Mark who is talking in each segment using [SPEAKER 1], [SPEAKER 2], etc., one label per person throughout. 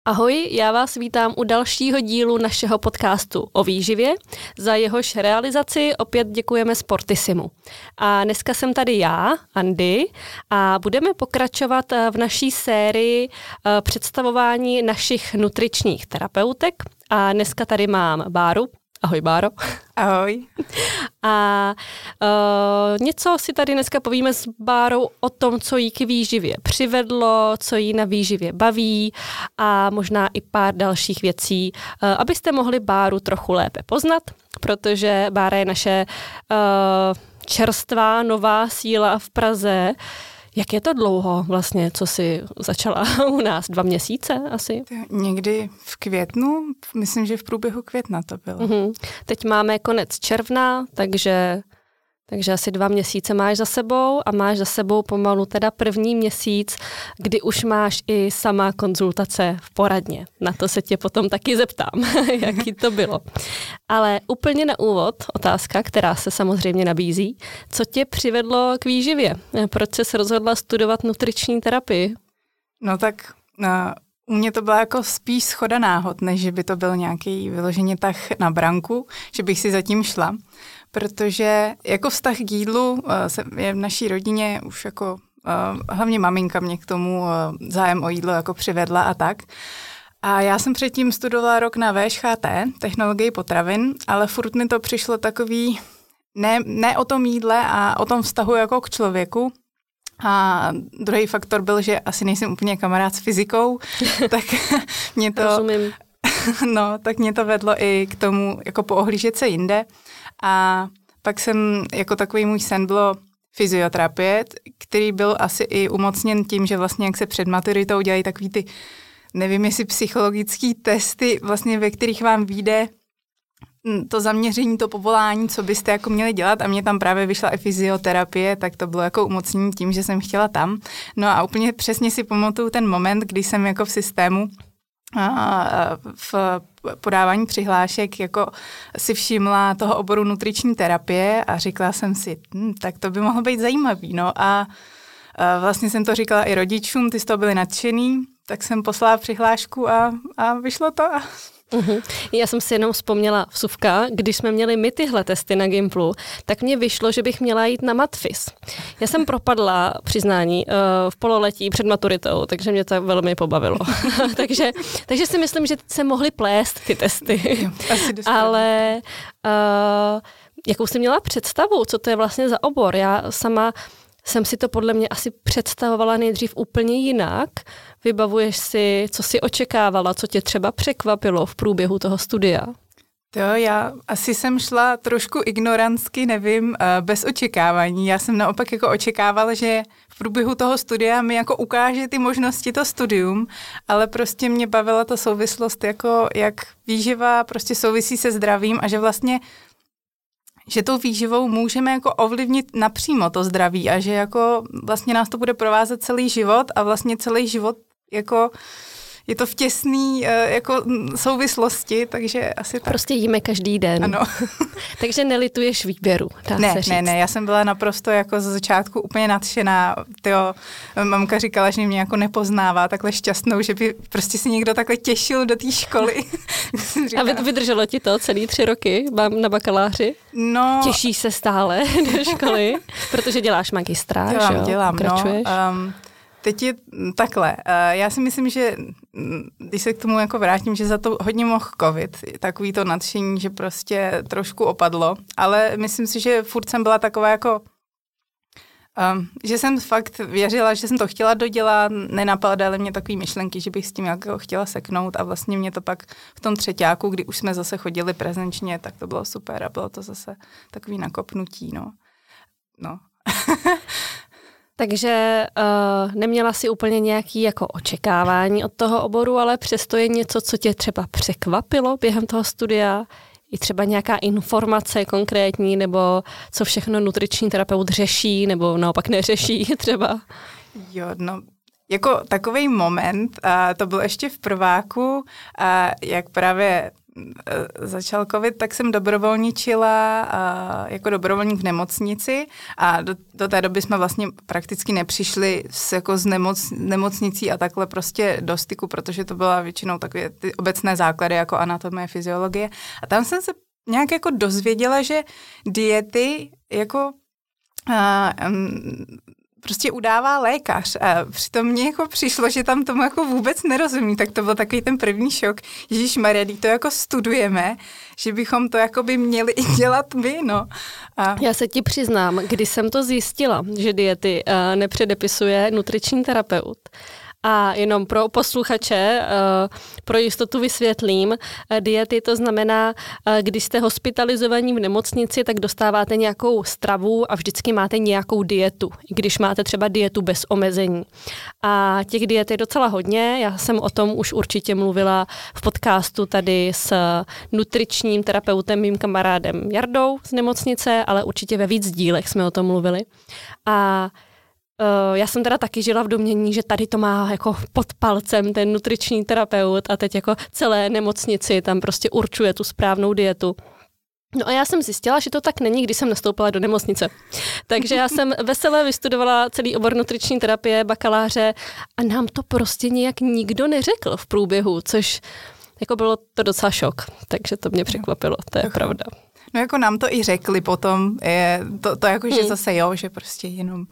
[SPEAKER 1] Ahoj, já vás vítám u dalšího dílu našeho podcastu o výživě. Za jehož realizaci opět děkujeme Sportisimu. A dneska jsem tady já, Andy, a budeme pokračovat v naší sérii představování našich nutričních terapeutek. A dneska tady mám Báru. Ahoj, Báro.
[SPEAKER 2] Ahoj.
[SPEAKER 1] A něco si tady dneska povíme s Bárou o tom, co jí k výživě přivedlo, co jí na výživě baví a možná i pár dalších věcí, abyste mohli Báru trochu lépe poznat, protože Bára je naše čerstvá nová síla v Praze. Jak je to dlouho vlastně, co jsi začala u nás? 2 měsíce asi?
[SPEAKER 2] Někdy v květnu, myslím, že v průběhu května to bylo.
[SPEAKER 1] Teď máme konec června, takže asi 2 měsíce máš za sebou a máš za sebou pomalu teda první měsíc, kdy už máš i sama konzultace v poradně. Na to se tě potom taky zeptám, jaký to bylo. Ale úplně na úvod otázka, která se samozřejmě nabízí. Co tě přivedlo k výživě? Proč jsi rozhodla studovat nutriční terapii?
[SPEAKER 2] No tak u mě to byla jako spíš shoda náhod, než že by to byl nějaký vyloženě tah na branku, že bych si zatím šla. Protože jako vztah k jídlu je v naší rodině už jako, hlavně maminka mě k tomu zájem o jídlo jako přivedla a tak. A já jsem předtím studovala rok na VŠHT, technologii potravin, ale furt mi to přišlo takový, ne o tom jídle a o tom vztahu jako k člověku. A druhý faktor byl, že asi nejsem úplně kamarád s fyzikou, tak mě to...
[SPEAKER 1] Rozumím.
[SPEAKER 2] No, tak mě to vedlo i k tomu, jako poohlížet se jinde. A pak jsem, jako takový můj sen bylo fyzioterapie, který byl asi i umocněn tím, že vlastně jak se před maturitou dělají takový ty, nevím jestli psychologický testy, vlastně ve kterých vám vyjde to zaměření, to povolání, co byste jako měli dělat a mě tam právě vyšla i fyzioterapie, tak to bylo jako umocnění tím, že jsem chtěla tam. No a úplně přesně si pamatuju ten moment, kdy jsem jako v systému v podávání přihlášek jako si všimla toho oboru nutriční terapie a říkala jsem si, tak to by mohlo být zajímavý. No a vlastně jsem to říkala i rodičům, ty z toho byli nadšený, tak jsem poslala přihlášku a vyšlo to.
[SPEAKER 1] Já jsem si jenom vzpomněla vsuvka, když jsme měli my tyhle testy na Gimplu, tak mně vyšlo, že bych měla jít na matfis. Já jsem propadla přiznání v pololetí před maturitou, takže mě to velmi pobavilo. takže si myslím, že se mohly plést ty testy.
[SPEAKER 2] Jo, asi
[SPEAKER 1] ale jakou jsi měla představu, co to je vlastně za obor? Já sama jsem si to podle mě asi představovala nejdřív úplně jinak. Vybavuješ si, co jsi očekávala, co tě třeba překvapilo v průběhu toho studia?
[SPEAKER 2] Jo, já asi jsem šla trošku ignorantsky, nevím, bez očekávání. Já jsem naopak jako očekávala, že v průběhu toho studia mi jako ukáže ty možnosti to studium, ale prostě mě bavila ta souvislost, jako jak výživa prostě souvisí se zdravím a že vlastně že tou výživou můžeme jako ovlivnit napřímo to zdraví a že jako vlastně nás to bude provázet celý život a vlastně celý život jako je to v těsný jako souvislosti, takže asi tak.
[SPEAKER 1] Prostě jíme každý den.
[SPEAKER 2] Ano.
[SPEAKER 1] Takže nelituješ výběru, dá se říct.
[SPEAKER 2] Ne, já jsem byla naprosto jako ze začátku úplně nadšená. Tyjo, mamka říkala, že mě jako nepoznává takhle šťastnou, že by prostě si někdo takhle těšil do té školy.
[SPEAKER 1] A vydrželo ti to celý 3 roky na bakaláři?
[SPEAKER 2] No.
[SPEAKER 1] Těšíš se stále do školy, protože děláš magistra, že jo?
[SPEAKER 2] Dělám,
[SPEAKER 1] pokračuješ?
[SPEAKER 2] no. Teď je takhle. Já si myslím, že když se k tomu jako vrátím, že za to hodně mohl covid, takový to nadšení, že prostě trošku opadlo, ale myslím si, že furt jsem byla taková jako, že jsem fakt věřila, že jsem to chtěla dodělat, nenapadaly mě takové myšlenky, že bych s tím jako chtěla seknout a vlastně mě to pak v tom třeťáku, kdy už jsme zase chodili prezenčně, tak to bylo super a bylo to zase takový nakopnutí, no.
[SPEAKER 1] Takže neměla si úplně nějaké jako očekávání od toho oboru, ale přesto je něco, co tě třeba překvapilo během toho studia? I třeba nějaká informace konkrétní, nebo co všechno nutriční terapeut řeší, nebo naopak neřeší třeba?
[SPEAKER 2] Jo, no, jako takovej moment, to byl ještě v prváku, jak právě začal covid, tak jsem dobrovolničila jako dobrovolník v nemocnici a do té doby jsme vlastně prakticky nepřišli z nemocnicí a takhle prostě do styku, protože to byla většinou takové ty obecné základy jako anatomie, fyziologie. A tam jsem se nějak jako dozvěděla, že diety jako prostě udává lékař a přitom mně jako přišlo, že tam tomu jako vůbec nerozumí, tak to byl takový ten první šok. Ježišmarja, když to jako studujeme, že bychom to jako by měli i dělat my, no.
[SPEAKER 1] Já se ti přiznám, když jsem to zjistila, že diety nepředepisuje nutriční terapeut, a jenom pro posluchače, pro jistotu vysvětlím, diety to znamená, když jste hospitalizovaní v nemocnici, tak dostáváte nějakou stravu a vždycky máte nějakou dietu, i když máte třeba dietu bez omezení. A těch diet je docela hodně, já jsem o tom už určitě mluvila v podcastu tady s nutričním terapeutem, mým kamarádem Jardou z nemocnice, ale určitě ve víc dílech jsme o tom mluvili. A já jsem teda taky žila v domnění, že tady to má jako pod palcem ten nutriční terapeut a teď jako celé nemocnici tam prostě určuje tu správnou dietu. No a já jsem zjistila, že to tak není, když jsem nastoupila do nemocnice. Takže já jsem veselé vystudovala celý obor nutriční terapie, bakaláře a nám to prostě nějak nikdo neřekl v průběhu, což jako bylo to docela šok. Takže to mě překvapilo, to je pravda.
[SPEAKER 2] No jako nám to i řekli potom, to jako, že zase jo, že prostě jenom...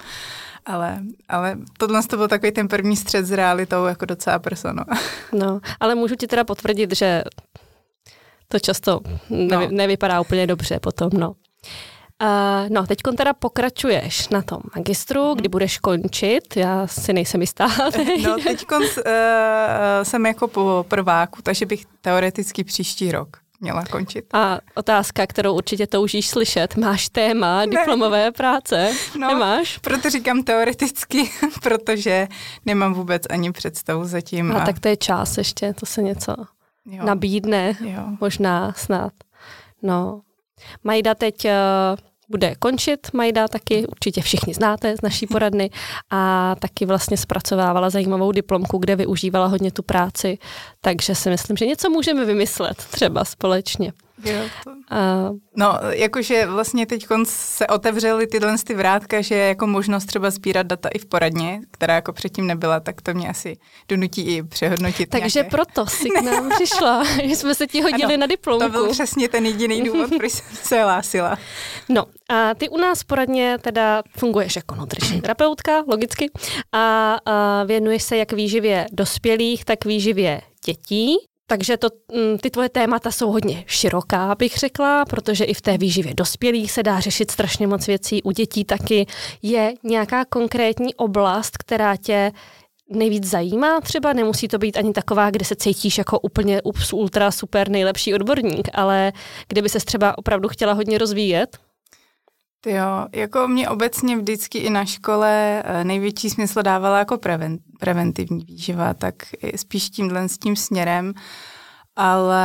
[SPEAKER 2] Ale tohle to byl takový ten první střet s realitou jako docela persono.
[SPEAKER 1] No, ale můžu ti teda potvrdit, že to často nevypadá úplně dobře potom, no. No, teďkon teda pokračuješ na tom magistru, kdy budeš končit, já si nejsem jistá.
[SPEAKER 2] No, teďkon jsem jako po prváku, takže bych teoreticky příští rok měla končit.
[SPEAKER 1] A otázka, kterou určitě toužíš slyšet, máš téma diplomové práce?
[SPEAKER 2] No,
[SPEAKER 1] nemáš?
[SPEAKER 2] Proto říkám teoreticky, protože nemám vůbec ani představu zatím.
[SPEAKER 1] A tak to je čas ještě, to se něco nabídne, možná snad. No, Majda teď bude končit, Majda taky určitě všichni znáte z naší poradny a taky vlastně zpracovávala zajímavou diplomku, kde využívala hodně tu práci, takže si myslím, že něco můžeme vymyslet třeba společně.
[SPEAKER 2] Jo, no, jakože vlastně teď se otevřely tyhle vrátka, že je jako možnost třeba sbírat data i v poradně, která jako předtím nebyla, tak to mě asi donutí i přehodnotit.
[SPEAKER 1] Takže proto jsi k nám přišla, že jsme se ti hodili na diplomku.
[SPEAKER 2] To byl přesně ten jediný důvod, proč jsem se hlásila.
[SPEAKER 1] No a ty u nás v poradně teda funguješ jako nutriční terapeutka, logicky, a věnuješ se jak výživě dospělých, tak výživě dětí. Takže ty tvoje témata jsou hodně široká, bych řekla, protože i v té výživě dospělých se dá řešit strašně moc věcí. U dětí taky je nějaká konkrétní oblast, která tě nejvíc zajímá třeba? Nemusí to být ani taková, kde se cítíš jako úplně ultra super nejlepší odborník, ale kde by ses třeba opravdu chtěla hodně rozvíjet?
[SPEAKER 2] Jo, jako mě obecně vždycky i na škole největší smysl dávala jako preventivní výživa, tak spíš s tím směrem, ale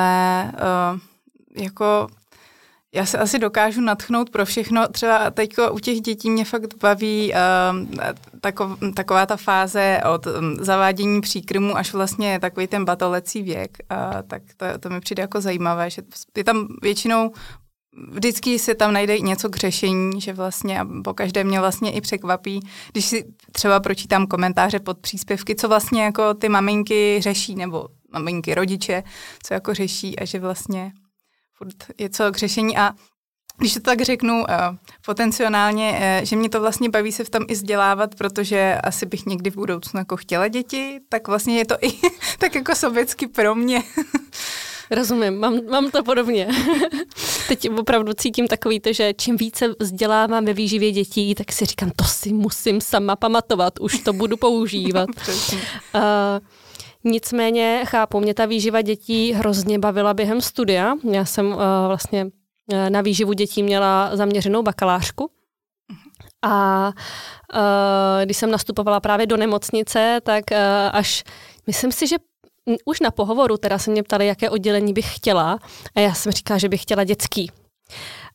[SPEAKER 2] jako já se asi dokážu nadchnout pro všechno. Třeba teď u těch dětí mě fakt baví taková ta fáze od zavádění příkrmu až vlastně takový ten batolecí věk, tak to mi přijde jako zajímavé, že je tam většinou vždycky se tam najde něco k řešení, že vlastně po každé mě vlastně i překvapí, když si třeba pročítám komentáře pod příspěvky, co vlastně jako ty maminky řeší, nebo maminky, rodiče, co jako řeší a že vlastně furt je co k řešení a když to tak řeknu potenciálně, že mě to vlastně baví se v tom i vzdělávat, protože asi bych někdy v budoucnu jako chtěla děti, tak vlastně je to i tak jako sobecky pro mě.
[SPEAKER 1] Rozumím, mám to podobně. Teď opravdu cítím takový to, že čím více vzdělávám ve výživě dětí, tak si říkám, to si musím sama pamatovat, už to budu používat. Nicméně chápu, mě ta výživa dětí hrozně bavila během studia. Já jsem vlastně na výživu dětí měla zaměřenou bakalářku. A když jsem nastupovala právě do nemocnice, tak až myslím si, že už na pohovoru teda se mě ptali, jaké oddělení bych chtěla a já jsem říkala, že bych chtěla dětský.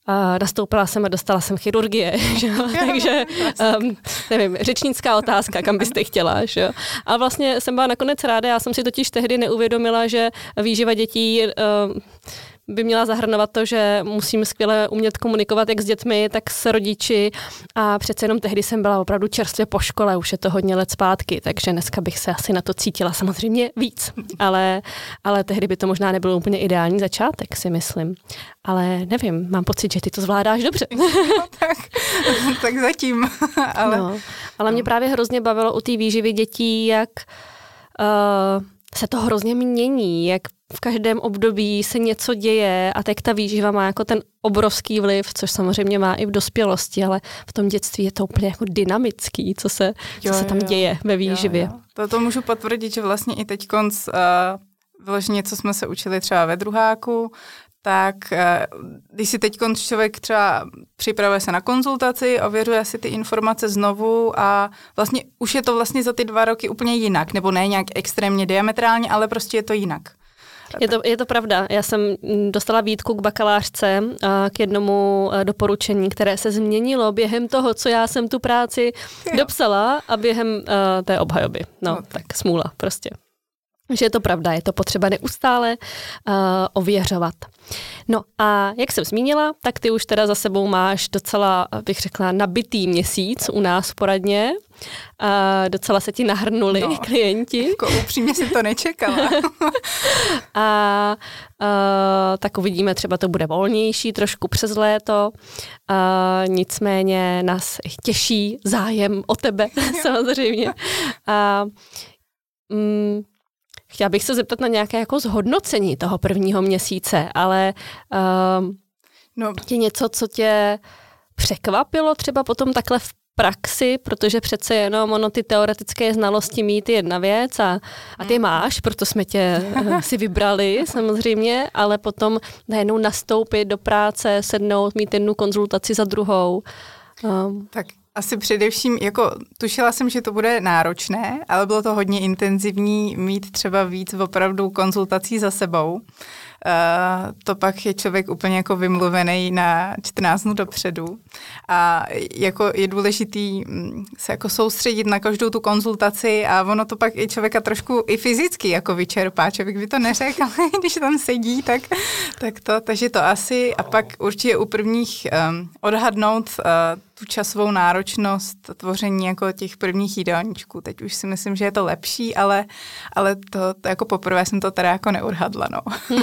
[SPEAKER 1] nastoupila jsem a dostala jsem chirurgie, že? Takže nevím, řečnická otázka, kam byste chtěla. Že? A vlastně jsem byla nakonec ráda, já jsem si totiž tehdy neuvědomila, že výživa dětí by měla zahrnovat to, že musím skvěle umět komunikovat jak s dětmi, tak s rodiči a přece jenom tehdy jsem byla opravdu čerstvě po škole, už je to hodně let zpátky, takže dneska bych se asi na to cítila samozřejmě víc, ale tehdy by to možná nebylo úplně ideální začátek, si myslím. Ale nevím, mám pocit, že ty to zvládáš dobře.
[SPEAKER 2] No, tak zatím.
[SPEAKER 1] Ale mě právě hrozně bavilo u té výživy dětí, jak se to hrozně mění, jak v každém období se něco děje a tak ta výživa má jako ten obrovský vliv, což samozřejmě má i v dospělosti, ale v tom dětství je to úplně jako dynamický, co se tam děje ve výživě.
[SPEAKER 2] Jo. To můžu potvrdit, že vlastně i teď vyloženě, co jsme se učili třeba ve druháku, tak když si teď člověk třeba připravuje se na konzultaci, ověřuje si ty informace znovu a vlastně už je to vlastně za ty 2 roky úplně jinak, nebo ne nějak extrémně diametrálně, ale prostě je to jinak.
[SPEAKER 1] Je to pravda. Já jsem dostala výtku k bakalářce k jednomu doporučení, které se změnilo během toho, co já jsem tu práci dopsala a během té obhajoby. No, tak smůla prostě. Že je to pravda, je to potřeba neustále ověřovat. No a jak jsem zmínila, tak ty už teda za sebou máš docela, bych řekla, nabitý měsíc u nás v poradně. Docela se ti nahrnuli klienti.
[SPEAKER 2] Jako upřímně si to nečekala.
[SPEAKER 1] Tak uvidíme, třeba to bude volnější trošku přes léto. Nicméně nás těší zájem o tebe, samozřejmě. Chtěla bych se zeptat na nějaké jako zhodnocení toho prvního měsíce, ale je něco, co tě překvapilo třeba potom takhle v praxi, protože přece jenom ono ty teoretické znalosti mít je jedna věc a ty máš, proto jsme tě si vybrali samozřejmě, ale potom najednou nastoupit do práce, sednout, mít jednu konzultaci za druhou.
[SPEAKER 2] Tak asi především, jako tušila jsem, že to bude náročné, ale bylo to hodně intenzivní mít třeba víc opravdu konzultací za sebou. To pak je člověk úplně jako vymluvený na 14 dnů dopředu. A jako je důležitý se jako soustředit na každou tu konzultaci a ono to pak i člověka trošku i fyzicky jako vyčerpá. Člověk by to neřekl, ale když tam sedí, takže to asi a pak určitě u prvních odhadnout tu časovou náročnost tvoření jako těch prvních jídelníčků. Teď už si myslím, že je to lepší, ale to jako poprvé jsem to teda jako neodhadla, no.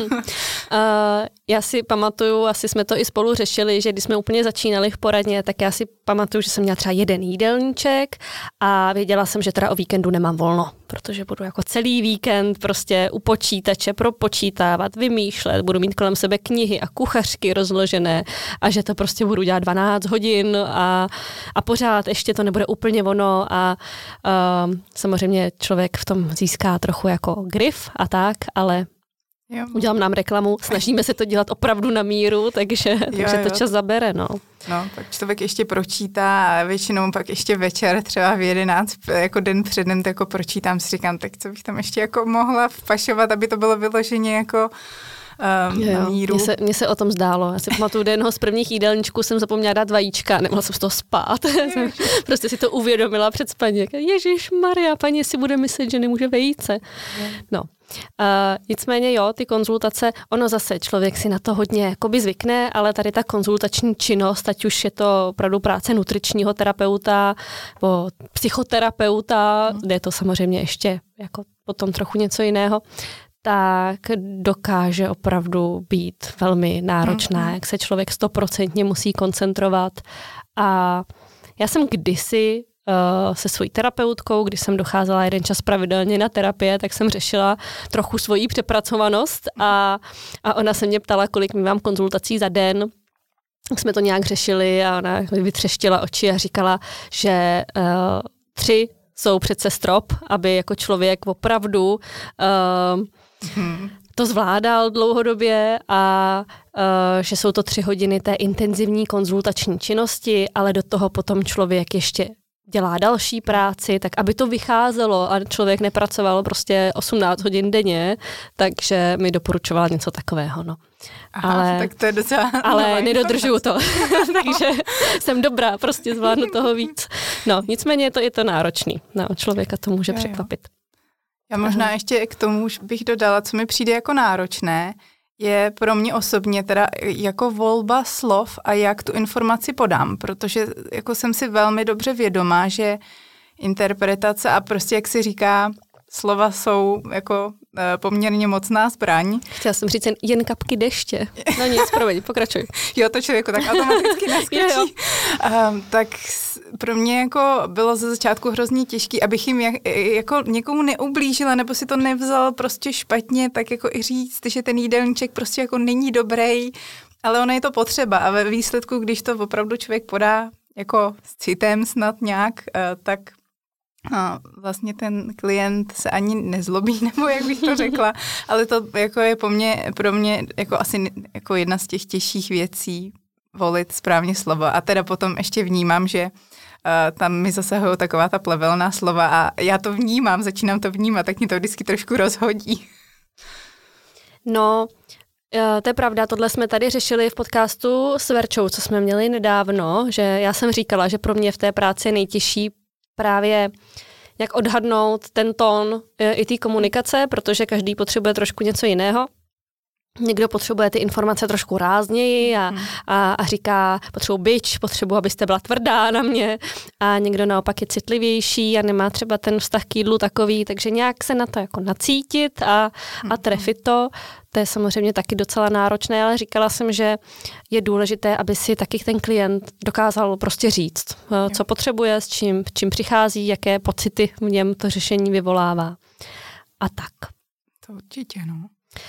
[SPEAKER 1] Já si pamatuju, asi jsme to i spolu řešili, že když jsme úplně začínali v poradně, tak já si pamatuju, že jsem měla třeba 1 jídelníček a věděla jsem, že teda o víkendu nemám volno, protože budu jako celý víkend prostě u počítače propočítávat, vymýšlet, budu mít kolem sebe knihy a kuchařky rozložené a že to prostě budu dělat 12 hodin a pořád ještě to nebude úplně ono a samozřejmě člověk v tom získá trochu jako grif a tak, ale udělám nám reklamu, snažíme se to dělat opravdu na míru, takže to čas zabere, no.
[SPEAKER 2] No, pak člověk ještě pročítá a většinou pak ještě večer, třeba v 11, jako den předem, tak jako pročítám, si říkám, tak co bych tam ještě jako mohla vpašovat, aby to bylo vyloženě jako na míru.
[SPEAKER 1] Mně se o tom zdálo. Já si pamatuju, do jednoho z prvních jídelníčků jsem zapomněla dát vajíčka, nemohla jsem z toho spát. Prostě si to uvědomila před spaní. Ježišmarja, paní si bude myslet, že nemůže vejít. No. Nicméně ty konzultace, ono zase člověk si na to hodně jakoby zvykne, ale tady ta konzultační činnost, ať už je to opravdu práce nutričního terapeuta nebo psychoterapeuta, kde je to samozřejmě ještě jako potom trochu něco jiného, tak dokáže opravdu být velmi náročná, jak se člověk 100% musí koncentrovat. A já jsem kdysi se svojí terapeutkou, když jsem docházela 1 čas pravidelně na terapie, tak jsem řešila trochu svoji přepracovanost a ona se mě ptala, kolik mívám konzultací za den. Jsme to nějak řešili a ona vytřeštila oči a říkala, že 3 jsou přece strop, aby jako člověk opravdu to zvládal dlouhodobě a že jsou to 3 hodiny té intenzivní konzultační činnosti, ale do toho potom člověk ještě dělá další práci, tak aby to vycházelo a člověk nepracoval prostě 18 hodin denně, takže mi doporučovala něco takového, no.
[SPEAKER 2] Aha, tak to je docela...
[SPEAKER 1] Ale nedodržuju to, takže jsem dobrá, prostě zvládnu toho víc. No, nicméně je to náročný, no, člověka to může překvapit.
[SPEAKER 2] Já možná ještě k tomu už bych dodala, co mi přijde jako náročné, je pro mě osobně teda jako volba slov a jak tu informaci podám, protože jako jsem si velmi dobře vědomá, že interpretace a prostě jak se říká, slova jsou jako poměrně mocná zbraň.
[SPEAKER 1] Chtěla jsem říct jen kapky deště. No nic, proveď, pokračuj.
[SPEAKER 2] Jo, to člověku tak automaticky naskočí. Tak pro mě jako bylo ze začátku hrozně těžký, abych jim jako někomu neublížila, nebo si to nevzal prostě špatně, tak jako i říct, že ten jídelníček prostě jako není dobrý, ale ono je to potřeba a ve výsledku, když to opravdu člověk podá jako s citem snad nějak, tak vlastně ten klient se ani nezlobí, nebo jak bych to řekla, ale to jako je pro mě jako asi jako jedna z těch těžších věcí volit správně slovo. A teda potom ještě vnímám, že tam mi zasahují taková ta plevelná slova a já to vnímám, začínám to vnímat, tak mě to vždycky trošku rozhodí.
[SPEAKER 1] No, to je pravda, tohle jsme tady řešili v podcastu s Verčou, co jsme měli nedávno, že já jsem říkala, že pro mě v té práci je nejtěžší právě jak odhadnout ten tón i té komunikace, protože každý potřebuje trošku něco jiného. Někdo potřebuje ty informace trošku rázněji a říká, potřebuji bič, potřebuji, abyste byla tvrdá na mě a někdo naopak je citlivější a nemá třeba ten vztah k jídlu takový, takže nějak se na to jako nacítit a trefit to. To je samozřejmě taky docela náročné, ale říkala jsem, že je důležité, aby si taky ten klient dokázal prostě říct, co potřebuje, s čím přichází, jaké pocity v něm to řešení vyvolává. A tak.
[SPEAKER 2] To určitě, no.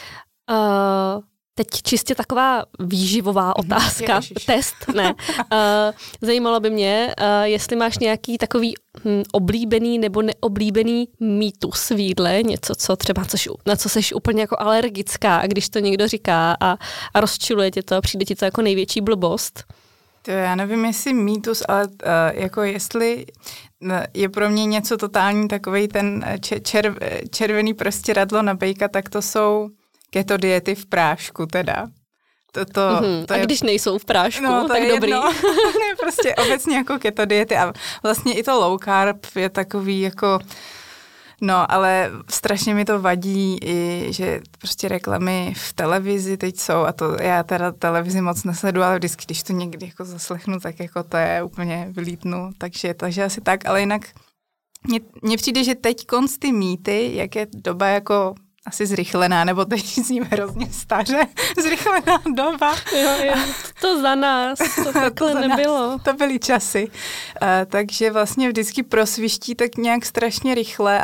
[SPEAKER 1] Teď čistě taková výživová otázka, test, ne. Zajímalo by mě, jestli máš nějaký takový oblíbený nebo neoblíbený mýtus v jídle, něco, co třeba, na co seš úplně jako alergická a když to někdo říká a rozčiluje tě to, přijde ti to jako největší blbost.
[SPEAKER 2] To já nevím, jestli mýtus, ale jako jestli je pro mě něco totální takovej ten červený prostěradlo na bejka, tak to jsou keto diety v prášku teda. To
[SPEAKER 1] a je, když nejsou v prášku,
[SPEAKER 2] no,
[SPEAKER 1] tak dobrý.
[SPEAKER 2] Prostě obecně jako keto diety a vlastně i to low carb je takový jako, no ale strašně mi to vadí i, že prostě reklamy v televizi teď jsou a to já teda televizi moc nesleduji, ale vždycky, když to někdy jako zaslechnu, tak jako to je úplně vylítnu, takže asi tak, ale jinak mně přijde, že teď ty mýty, jak je doba jako asi zrychlená, nebo teď zním hrozně staře, zrychlená doba.
[SPEAKER 1] Jo, to za nás, to takhle nebylo.
[SPEAKER 2] To byly časy. Takže vlastně vždycky prosviští tak nějak strašně rychle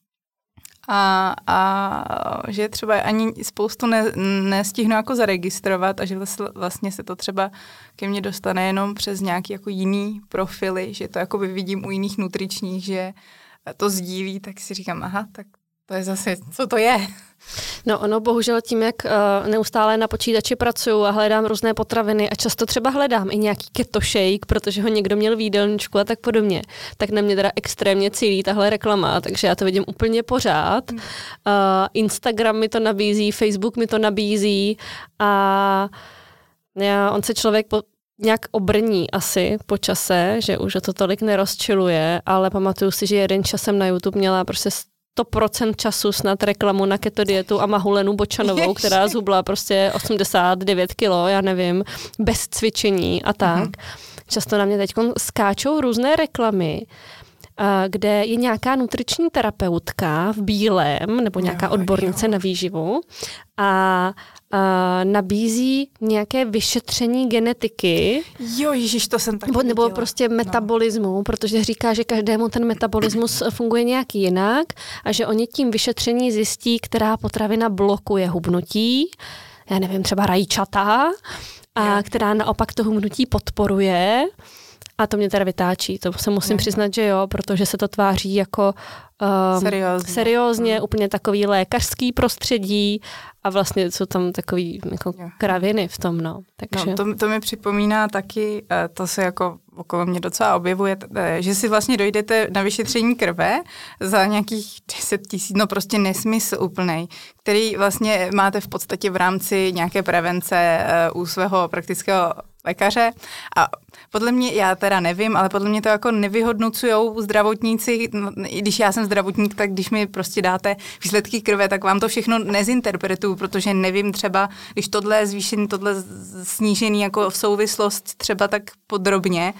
[SPEAKER 2] a že třeba ani spoustu nestihnu jako zaregistrovat a že vlastně se to třeba ke mně dostane jenom přes nějaký jako jiný profily, že to jako vidím u jiných nutričních, že to sdílí, tak si říkám, aha, tak to je zase, co to je?
[SPEAKER 1] No ono bohužel tím, jak neustále na počítači pracuju a hledám různé potraviny a často třeba hledám i nějaký keto shake, protože ho někdo měl v jídelníčku a tak podobně, tak na mě teda extrémně cílí tahle reklama, takže já to vidím úplně pořád. Instagram mi to nabízí, Facebook mi to nabízí a on se člověk nějak obrní asi po čase, že už to tolik nerozčiluje, ale pamatuju si, že jeden čas jsem na YouTube měla prostě 100% času snad reklamu na keto dietu a Mahulenu Bočanovou, která zhubla prostě 89 kilo, já nevím, bez cvičení a tak. Často na mě teď skáčou různé reklamy, kde je nějaká nutriční terapeutka v bílém, nebo nějaká odbornice na výživu a nabízí nějaké vyšetření genetiky.
[SPEAKER 2] Jo, ježiš, to jsem taky
[SPEAKER 1] nebo prostě metabolismu, protože říká, že každému ten metabolismus funguje nějak jinak a že oni tím vyšetření zjistí, která potravina blokuje hubnutí, já nevím, třeba rajčata, a která naopak to hubnutí podporuje. A to mě teda vytáčí, to se musím přiznat, že jo, protože se to tváří jako seriózně, úplně takový lékařský prostředí a vlastně jsou tam takový jako kraviny v tom, no. Takže.
[SPEAKER 2] No, to mi připomíná taky, to se jako okolo mě docela objevuje, že si vlastně dojdete na vyšetření krve za nějakých 10 000, no prostě nesmysl úplnej, který vlastně máte v podstatě v rámci nějaké prevence u svého praktického lékaře a podle mě, já teda nevím, ale podle mě to jako nevyhodnocujou zdravotníci, i když já jsem zdravotník, tak když mi prostě dáte výsledky krve, tak vám to všechno nezinterpretuju, protože nevím třeba, když tohle je zvýšený, tohle snížený jako v souvislost třeba tak podrobně,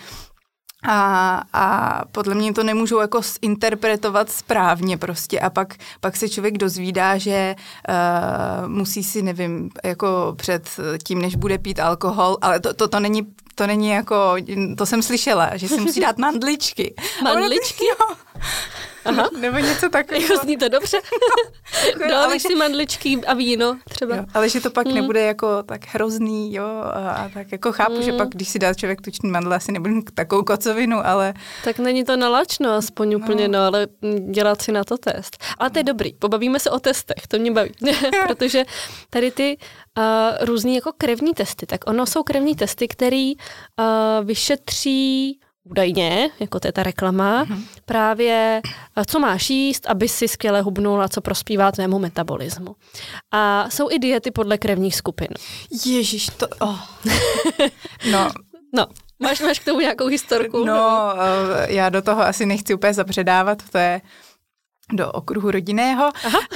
[SPEAKER 2] a podle mě to nemůžou jako interpretovat správně prostě a pak se člověk dozvídá, že musí si, nevím, jako před tím, než bude pít alkohol, ale to není jako, to jsem slyšela, že si musí dát mandličky.
[SPEAKER 1] Mandličky?
[SPEAKER 2] Aha. Nebo něco takového.
[SPEAKER 1] Zní to dobře. Dala si mandličky a víno třeba.
[SPEAKER 2] Jo, ale že to pak nebude jako tak hrozný, jo, a tak jako chápu, že pak, když si dá člověk tučný mandle, asi nebude takovou kocovinu, ale...
[SPEAKER 1] Tak není to nalačno aspoň úplně, no, ale dělat si na to test. Ale to je dobrý, pobavíme se o testech, to mě baví, protože tady ty různý jako krevní testy, tak ono jsou krevní testy, který vyšetří údajně, jako to je ta reklama, právě co máš jíst, aby si skvěle hubnul a co prospívá tvému metabolismu. A jsou i diety podle krevních skupin.
[SPEAKER 2] Ježiš, to... Oh. No.
[SPEAKER 1] Máš k tomu nějakou historku?
[SPEAKER 2] No, já do toho asi nechci úplně zabředávat, to je do okruhu rodinného.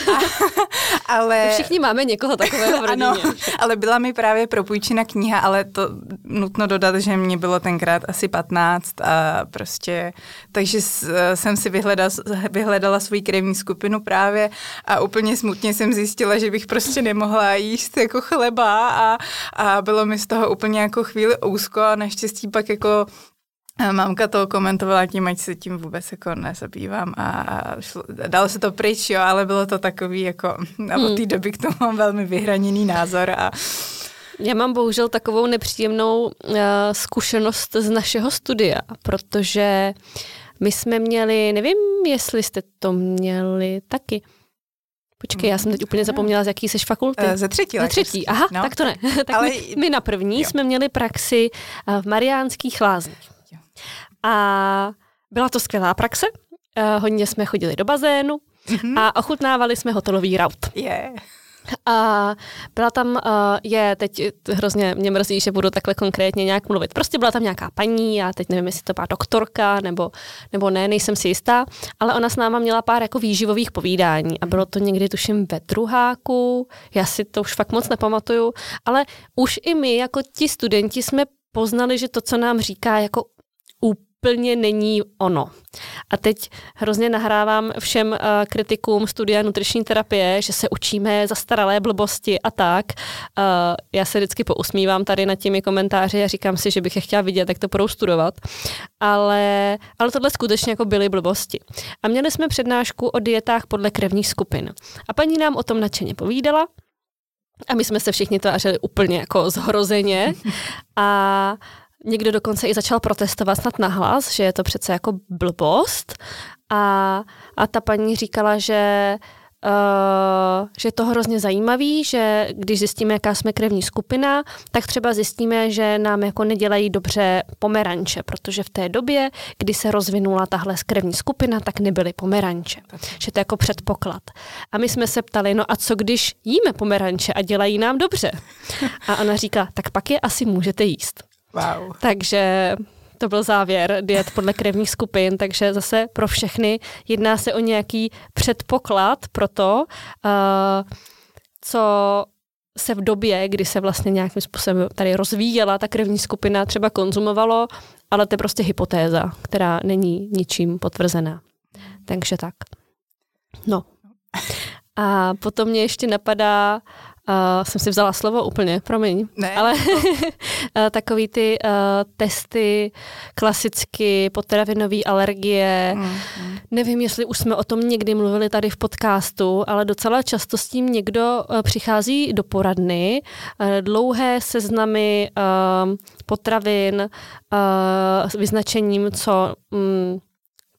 [SPEAKER 2] Ale...
[SPEAKER 1] Všichni máme někoho takového v rodině.
[SPEAKER 2] Ano, ale byla mi právě propůjčena kniha, ale to nutno dodat, že mě bylo tenkrát asi 15 a prostě, takže jsem si vyhledala svou krevní skupinu právě a úplně smutně jsem zjistila, že bych prostě nemohla jíst jako chleba a bylo mi z toho úplně jako chvíli úzko a naštěstí pak jako mamka to komentovala tím, ať se tím vůbec jako nezabývám a dalo se to pryč, jo, ale bylo to takový jako, a od té doby k tomu mám velmi vyhraněný názor a...
[SPEAKER 1] Já mám bohužel takovou nepříjemnou zkušenost z našeho studia, protože my jsme měli, nevím, jestli jste to měli taky. Počkej, já jsem teď úplně zapomněla, z jaký seš fakulty.
[SPEAKER 2] Ze třetí.
[SPEAKER 1] Ze třetí, aha, no. Tak to ne. Tak ale... my na první jsme měli praxi v Mariánských Lázních. A byla to skvělá praxe, hodně jsme chodili do bazénu a ochutnávali jsme hotelový raut.
[SPEAKER 2] Yeah.
[SPEAKER 1] A byla tam, teď hrozně mě mrzí, že budu takhle konkrétně nějak mluvit. Prostě byla tam nějaká paní, já teď nevím, jestli to byla doktorka nebo ne, nejsem si jistá, ale ona s náma měla pár jako výživových povídání a bylo to někdy tuším ve druháku, já si to už fakt moc nepamatuju, ale už i my jako ti studenti jsme poznali, že to, co nám říká, jako úplně není ono. A teď hrozně nahrávám všem kritikům studia nutriční terapie, že se učíme zastaralé blbosti a tak. Já se vždycky pousmívám tady nad těmi komentáři a říkám si, že bych je chtěla vidět, jak to budou studovat. Ale tohle skutečně jako byly blbosti. A měli jsme přednášku o dietách podle krevních skupin. A paní nám o tom nadšeně povídala a my jsme se všichni tvářili úplně jako zhrozeně a někdo dokonce i začal protestovat snad nahlas, že je to přece jako blbost a ta paní říkala, že je to hrozně zajímavý, že když zjistíme, jaká jsme krevní skupina, tak třeba zjistíme, že nám jako nedělají dobře pomeranče, protože v té době, kdy se rozvinula tahle krevní skupina, tak nebyly pomeranče. Že to je jako předpoklad. A my jsme se ptali, no a co když jíme pomeranče a dělají nám dobře? A ona říká, tak pak je asi můžete jíst.
[SPEAKER 2] Wow. Takže
[SPEAKER 1] to byl závěr diet podle krevních skupin, takže zase pro všechny jedná se o nějaký předpoklad pro to, co se v době, kdy se vlastně nějakým způsobem tady rozvíjela ta krevní skupina, třeba konzumovalo, ale to je prostě hypotéza, která není ničím potvrzená. Takže tak. No. A potom mě ještě napadá, jsem si vzala slovo úplně, promiň.
[SPEAKER 2] Ne.
[SPEAKER 1] Ale takový ty testy klasicky, potravinové alergie. Nevím, jestli už jsme o tom někdy mluvili tady v podcastu, ale docela často s tím někdo přichází do poradny. Dlouhé seznamy potravin s vyznačením,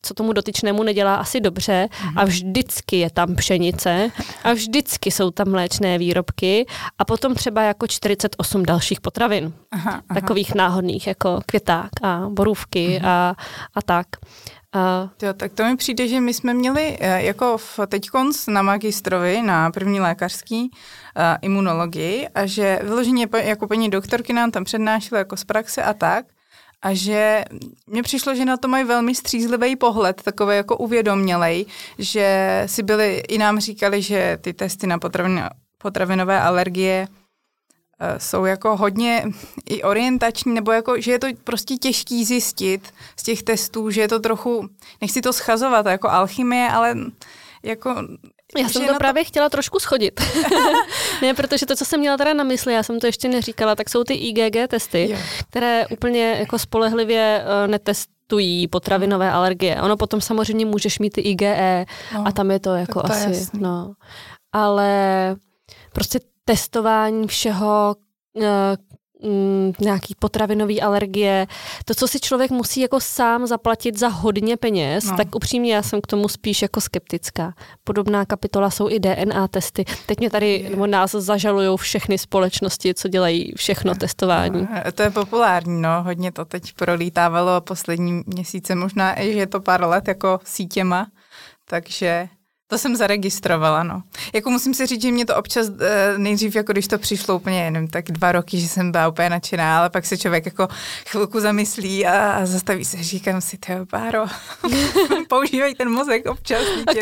[SPEAKER 1] co tomu dotyčnému nedělá asi dobře a vždycky je tam pšenice a vždycky jsou tam mléčné výrobky a potom třeba jako 48 dalších potravin. Aha. Takových náhodných, jako květák a borůvky a tak.
[SPEAKER 2] Jo, tak to mi přijde, že my jsme měli jako teďkonc na magistrovi, na první lékařský imunologii a že vyloženě jako paní doktorky nám tam přednášela jako z praxe a tak a že mně přišlo, že na to mají velmi střízlivý pohled, takový jako uvědomělej, že si byli i nám říkali, že ty testy na potravinové alergie jsou jako hodně i orientační, nebo jako, že je to prostě těžký zjistit z těch testů, že je to trochu, nechci to schazovat jako alchymie, ale jako...
[SPEAKER 1] Já jsem to právě chtěla trošku schodit. Ne, protože to, co jsem měla teda na mysli, já jsem to ještě neříkala, tak jsou ty IgG testy, které úplně jako spolehlivě netestují potravinové alergie. Ono potom samozřejmě můžeš mít ty IgE a tam je to jako to asi, ale prostě testování všeho, nějaký potravinový alergie, to, co si člověk musí jako sám zaplatit za hodně peněz, tak upřímně já jsem k tomu spíš jako skeptická. Podobná kapitola jsou i DNA testy. Teď mě tady, nebo nás zažalujou všechny společnosti, co dělají všechno testování.
[SPEAKER 2] To je populární, hodně to teď prolítávalo poslední měsíce, možná i, že je to pár let jako sítěma, takže... To jsem zaregistrovala, Jako musím si říct, že mě to občas nejdřív, jako když to přišlo úplně, nevím, tak 2 roky, že jsem byla úplně nadšená, ale pak se člověk jako chvilku zamyslí a zastaví se, říkám si, Báro, používej ten mozek občas.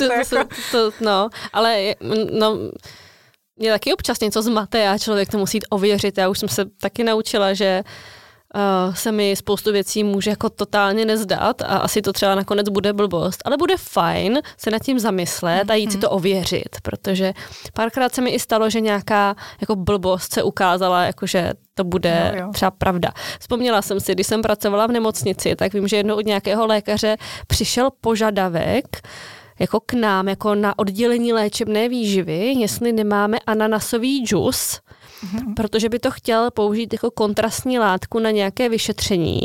[SPEAKER 1] Ale mě taky občas něco zmate a člověk to musí ověřit. Já už jsem se taky naučila, že se mi spoustu věcí může jako totálně nezdat a asi to třeba nakonec bude blbost, ale bude fajn se nad tím zamyslet a jít si to ověřit, protože párkrát se mi i stalo, že nějaká jako blbost se ukázala, jakože to bude třeba pravda. Vzpomněla jsem si, když jsem pracovala v nemocnici, tak vím, že jednou od nějakého lékaře přišel požadavek jako k nám, jako na oddělení léčebné výživy, jestli nemáme ananasový džus, protože by to chtěl použít jako kontrastní látku na nějaké vyšetření.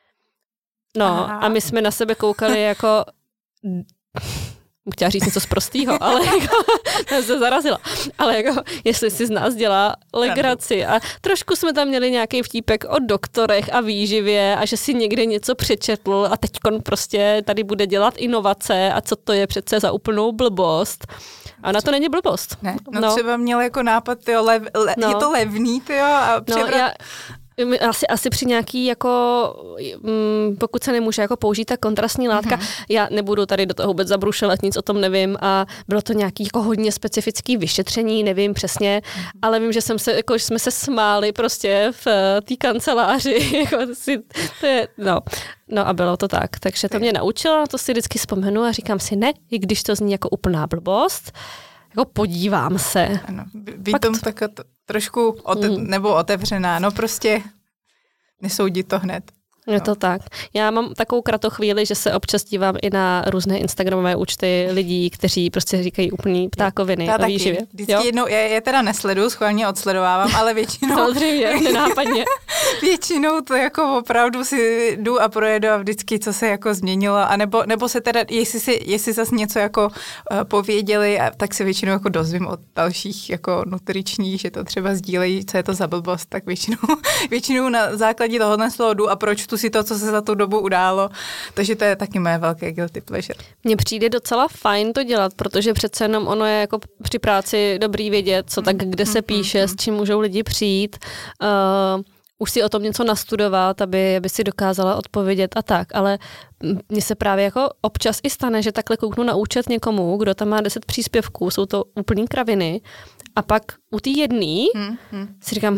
[SPEAKER 1] A my jsme na sebe koukali jako... Chtěla říct něco sprostýho, ale jako, se zarazila. Ale jako, jestli si z nás dělá legraci. A trošku jsme tam měli nějaký vtípek o doktorech a výživě a že si někde něco přečetl a teďkon prostě tady bude dělat inovace a co to je přece za úplnou blbost. A na to není blbost.
[SPEAKER 2] Ne, třeba měl jako nápad, je to levný, a
[SPEAKER 1] asi při nějaký jako, pokud se nemůže jako použít ta kontrastní látka, já nebudu tady do toho vůbec zabrušovat, nic o tom nevím a bylo to nějaký jako hodně specifický vyšetření, nevím přesně, ale vím, že jsme se smáli prostě v té kanceláři, jako to je, a bylo to tak, takže to mě naučilo, na to si vždycky vzpomenu a říkám si ne, i když to zní jako úplná blbost, jako podívám se.
[SPEAKER 2] Ano, být tomu tak trošku nebo otevřená, prostě nesoudit to hned.
[SPEAKER 1] Je to tak. Já mám takovou kratochvíli, že se občas dívám i na různé instagramové účty lidí, kteří prostě říkají úplný ptákoviny o výživě.
[SPEAKER 2] Vždycky jednou, já teda nesleduju, schválně odsledovávám, ale většinou...
[SPEAKER 1] Samozřejmě, nenápadně.
[SPEAKER 2] Většinou to jako opravdu si jdu a projedu a vždycky, co se jako změnilo, a nebo se teda, jestli zase něco jako pověděli, tak se většinou jako dozvím od dalších jako nutričních, že to třeba sdílejí, co je to za blbost, tak většinou na základě tohohle slova jdu a pročtu si to, co se za tu dobu událo. Takže to je taky moje velké guilty pleasure.
[SPEAKER 1] Mně přijde docela fajn to dělat, protože přece jenom ono je jako při práci dobrý vědět, co tak kde se píše, s čím můžou lidi přijít. Už si o tom něco nastudovat, aby si dokázala odpovědět a tak, ale mně se právě jako občas i stane, že takhle kouknu na účet někomu, kdo tam má 10 příspěvků, jsou to úplný kraviny a pak u té jedný si říkám,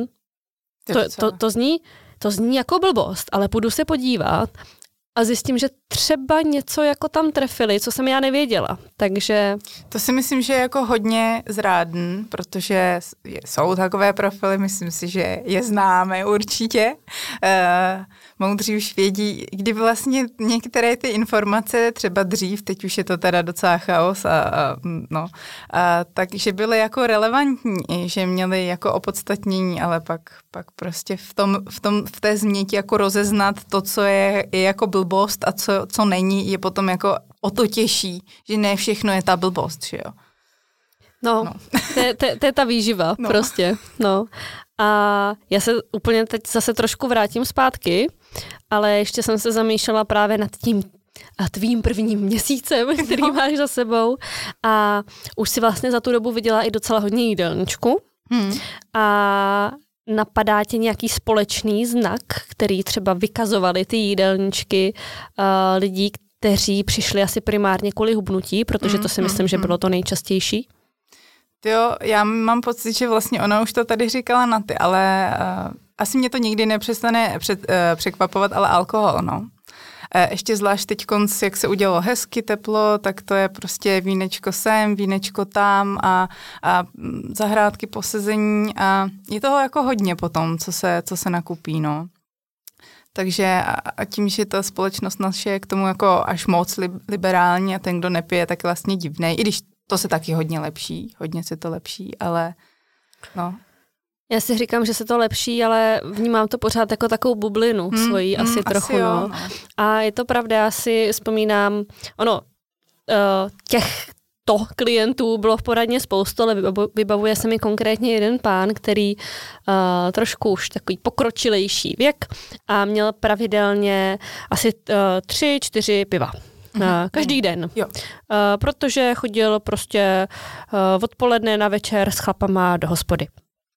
[SPEAKER 1] to zní jako blbost, ale půjdu se podívat a zjistím, že třeba něco jako tam trefili, co jsem já nevěděla. Takže...
[SPEAKER 2] To si myslím, že je jako hodně zrádný, protože jsou takové profily, myslím si, že je známe určitě. Moudří už vědí, kdy vlastně některé ty informace, třeba dřív, teď už je to teda docela chaos, takže byly jako relevantní, že měly jako opodstatnění, ale pak prostě v té změti jako rozeznat to, co je jako blbost, blbost a co není, je potom jako o to těžší, že ne všechno je ta blbost, že jo.
[SPEAKER 1] No. To je ta výživa prostě, no. A já se úplně teď zase trošku vrátím zpátky, ale ještě jsem se zamýšlela právě nad tím tvým prvním měsícem, který máš za sebou a už si vlastně za tu dobu viděla i docela hodně jídelníčku a napadá tě nějaký společný znak, který třeba vykazovali ty jídelníčky lidí, kteří přišli asi primárně kvůli hubnutí, protože to si myslím, že bylo to nejčastější?
[SPEAKER 2] Jo, já mám pocit, že vlastně ona už to tady říkala na ty, ale asi mě to nikdy nepřestane překvapovat, ale alkohol, no. Ještě zvlášť teď, jak se udělalo hezky, teplo, tak to je prostě vínečko sem, vínečko tam a zahrádky, posezení a je toho jako hodně potom, co se nakupí, no. Takže a tím, že ta společnost naše je k tomu jako až moc liberální a ten, kdo nepije, tak je vlastně divnej, i když to se taky hodně lepší, hodně se to lepší, ale no.
[SPEAKER 1] Já si říkám, že se to lepší, ale vnímám to pořád jako takovou bublinu svojí, asi trochu,
[SPEAKER 2] jo,
[SPEAKER 1] no. A je to pravda, já si vzpomínám, těchto klientů bylo v poradně spoustu, ale vybavuje se mi konkrétně jeden pán, který trošku už takový pokročilejší věk a měl pravidelně asi 3-4 piva. Každý den. Jo. Protože chodil prostě odpoledne na večer s chlapama do hospody.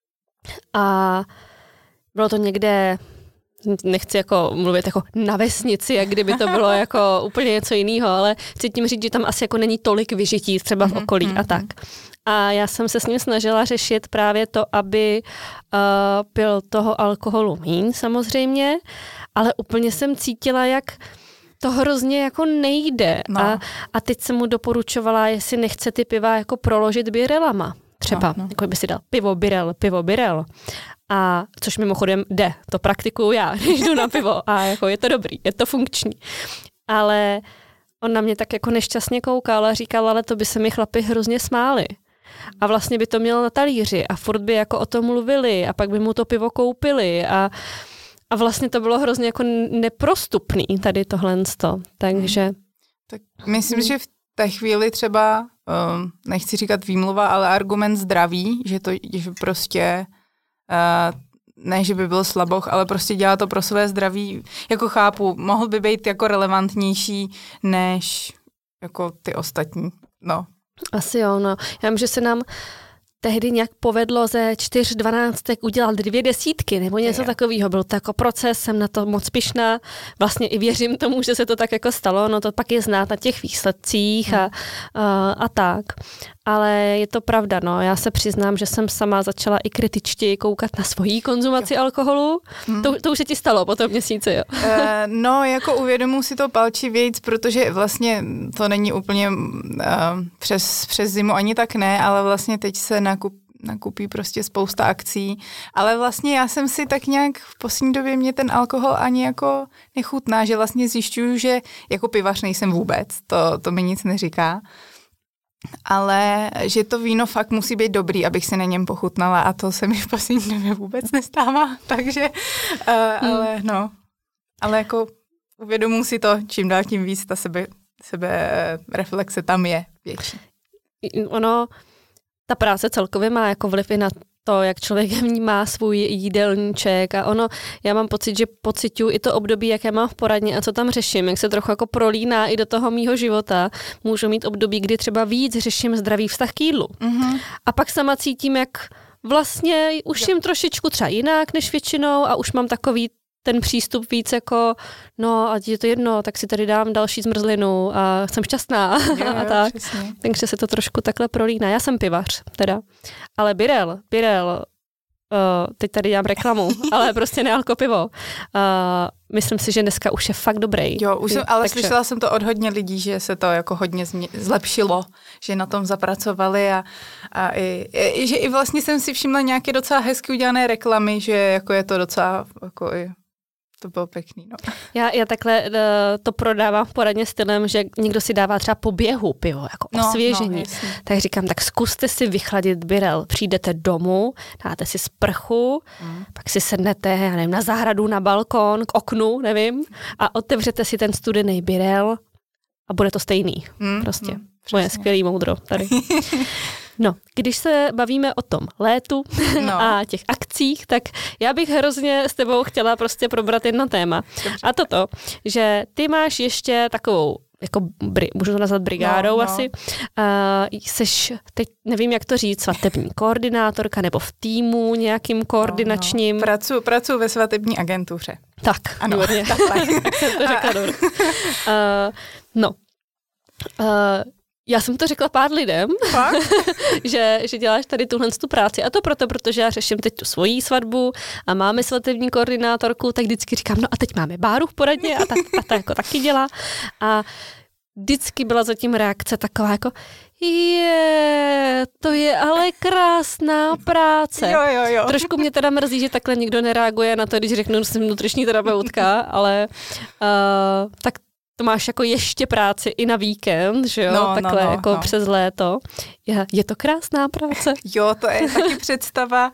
[SPEAKER 1] A bylo to někde, nechci jako mluvit jako na vesnici, jak kdyby to bylo jako úplně něco jiného, ale chci tím říct, že tam asi jako není tolik vyžití třeba v okolí a tak. A já jsem se s ním snažila řešit právě to, aby pil toho alkoholu míň samozřejmě, ale úplně jsem cítila, jak to hrozně jako nejde. No. A teď jsem mu doporučovala, jestli nechce ty piva jako proložit birelama. Třeba, jako by si dal pivo birel. A což mimochodem jde, to praktikuju já, když jdu na pivo a jako je to dobrý, je to funkční. Ale on na mě tak jako nešťastně koukal a říkal, ale to by se mi chlapi hrozně smáli. A vlastně by to měl na talíři a furt by jako o tom mluvili a pak by mu to pivo koupili a vlastně to bylo hrozně jako neprostupný tady tohlensto, takže...
[SPEAKER 2] Tak myslím, že v té chvíli třeba, nechci říkat výmluva, ale argument zdraví, že prostě, ne, že by byl slaboch, ale prostě dělá to pro své zdraví, jako chápu, mohl by být jako relevantnější než jako ty ostatní, no.
[SPEAKER 1] Asi jo, no. Já vím, že se nám tehdy nějak povedlo ze 4 dvanáctek udělat 2 desítky nebo něco takového. Byl to jako proces, jsem na to moc pyšná. Vlastně i věřím tomu, že se to tak jako stalo, no to pak je znát na těch výsledcích a tak. Ale je to pravda, no. Já se přiznám, že jsem sama začala i kritičtěji koukat na svoji konzumaci alkoholu. To už se ti stalo po tom měsíci, jo?
[SPEAKER 2] No, jako uvědomuji si to palčivějc, protože vlastně to není úplně přes zimu ani tak ne, ale vlastně teď se nakupí prostě spousta akcí. Ale vlastně já jsem si tak nějak v poslední době mě ten alkohol ani jako nechutná, že vlastně zjišťuju, že jako pivař nejsem vůbec, to mi nic neříká. Ale že to víno fakt musí být dobrý, abych si na něm pochutnala a to se mi v poslední době vůbec nestává, takže ale jako uvědomuji si to, čím dál tím víc ta sebe reflexe tam je větší.
[SPEAKER 1] Ta práce celkově má jako vliv i na to, jak člověk vnímá svůj jídelníček a já mám pocit, že pociťuji i to období, jaké mám v poradně a co tam řeším, jak se trochu jako prolíná i do toho mýho života. Můžu mít období, kdy třeba víc řeším zdravý vztah k jídlu. A pak sama cítím, jak vlastně už jim trošičku třeba jinak než většinou a už mám takový ten přístup víc jako, no ať je to jedno, tak si tady dám další zmrzlinu a jsem šťastná a tak. Přesně. Takže se to trošku takhle prolíná. Já jsem pivař teda, ale birel, teď tady dělám reklamu, ale prostě nealko pivo. Myslím si, že dneska už je fakt dobrý.
[SPEAKER 2] Jo, ale slyšela jsem to od hodně lidí, že se to jako hodně zlepšilo, že na tom zapracovali a že i vlastně jsem si všimla nějaké docela hezky udělané reklamy, že jako je to docela jako i To bylo pěkný, no.
[SPEAKER 1] Já takhle to prodávám poradně stylem, že někdo si dává třeba po běhu pivo, jako osvěžení. Tak říkám, tak zkuste si vychladit birel. Přijdete domů, dáte si sprchu, pak si sednete, já nevím, na zahradu, na balkon, k oknu, nevím, a otevřete si ten studený birel a bude to stejný. Prostě. Moje skvělý moudro tady. No, když se bavíme o tom létu a těch akcích, tak já bych hrozně s tebou chtěla prostě probrat jedno téma. A to, že ty máš ještě takovou, jako můžu to nazvat brigádou asi, seš, teď nevím, jak to říct, svatební koordinátorka nebo v týmu nějakým koordinačním.
[SPEAKER 2] Pracuji ve svatební agentuře.
[SPEAKER 1] Tak, ano, důvodně. Tak jsem to řekla dobře. Já jsem to řekla pár lidem, že děláš tady tuhle práci a to protože já řeším teď tu svoji svatbu a máme svatební koordinátorku, tak vždycky říkám, no a teď máme Báru v poradně a ta jako taky dělá a vždycky byla zatím reakce taková jako to je ale krásná práce.
[SPEAKER 2] Jo.
[SPEAKER 1] Trošku mě teda mrzí, že takhle nikdo nereaguje na to, když řeknu, že jsem nutriční terapeutka, ale tak to máš jako ještě práci i na víkend, že jo, takhle přes léto. Je to krásná práce.
[SPEAKER 2] Jo, to je taky představa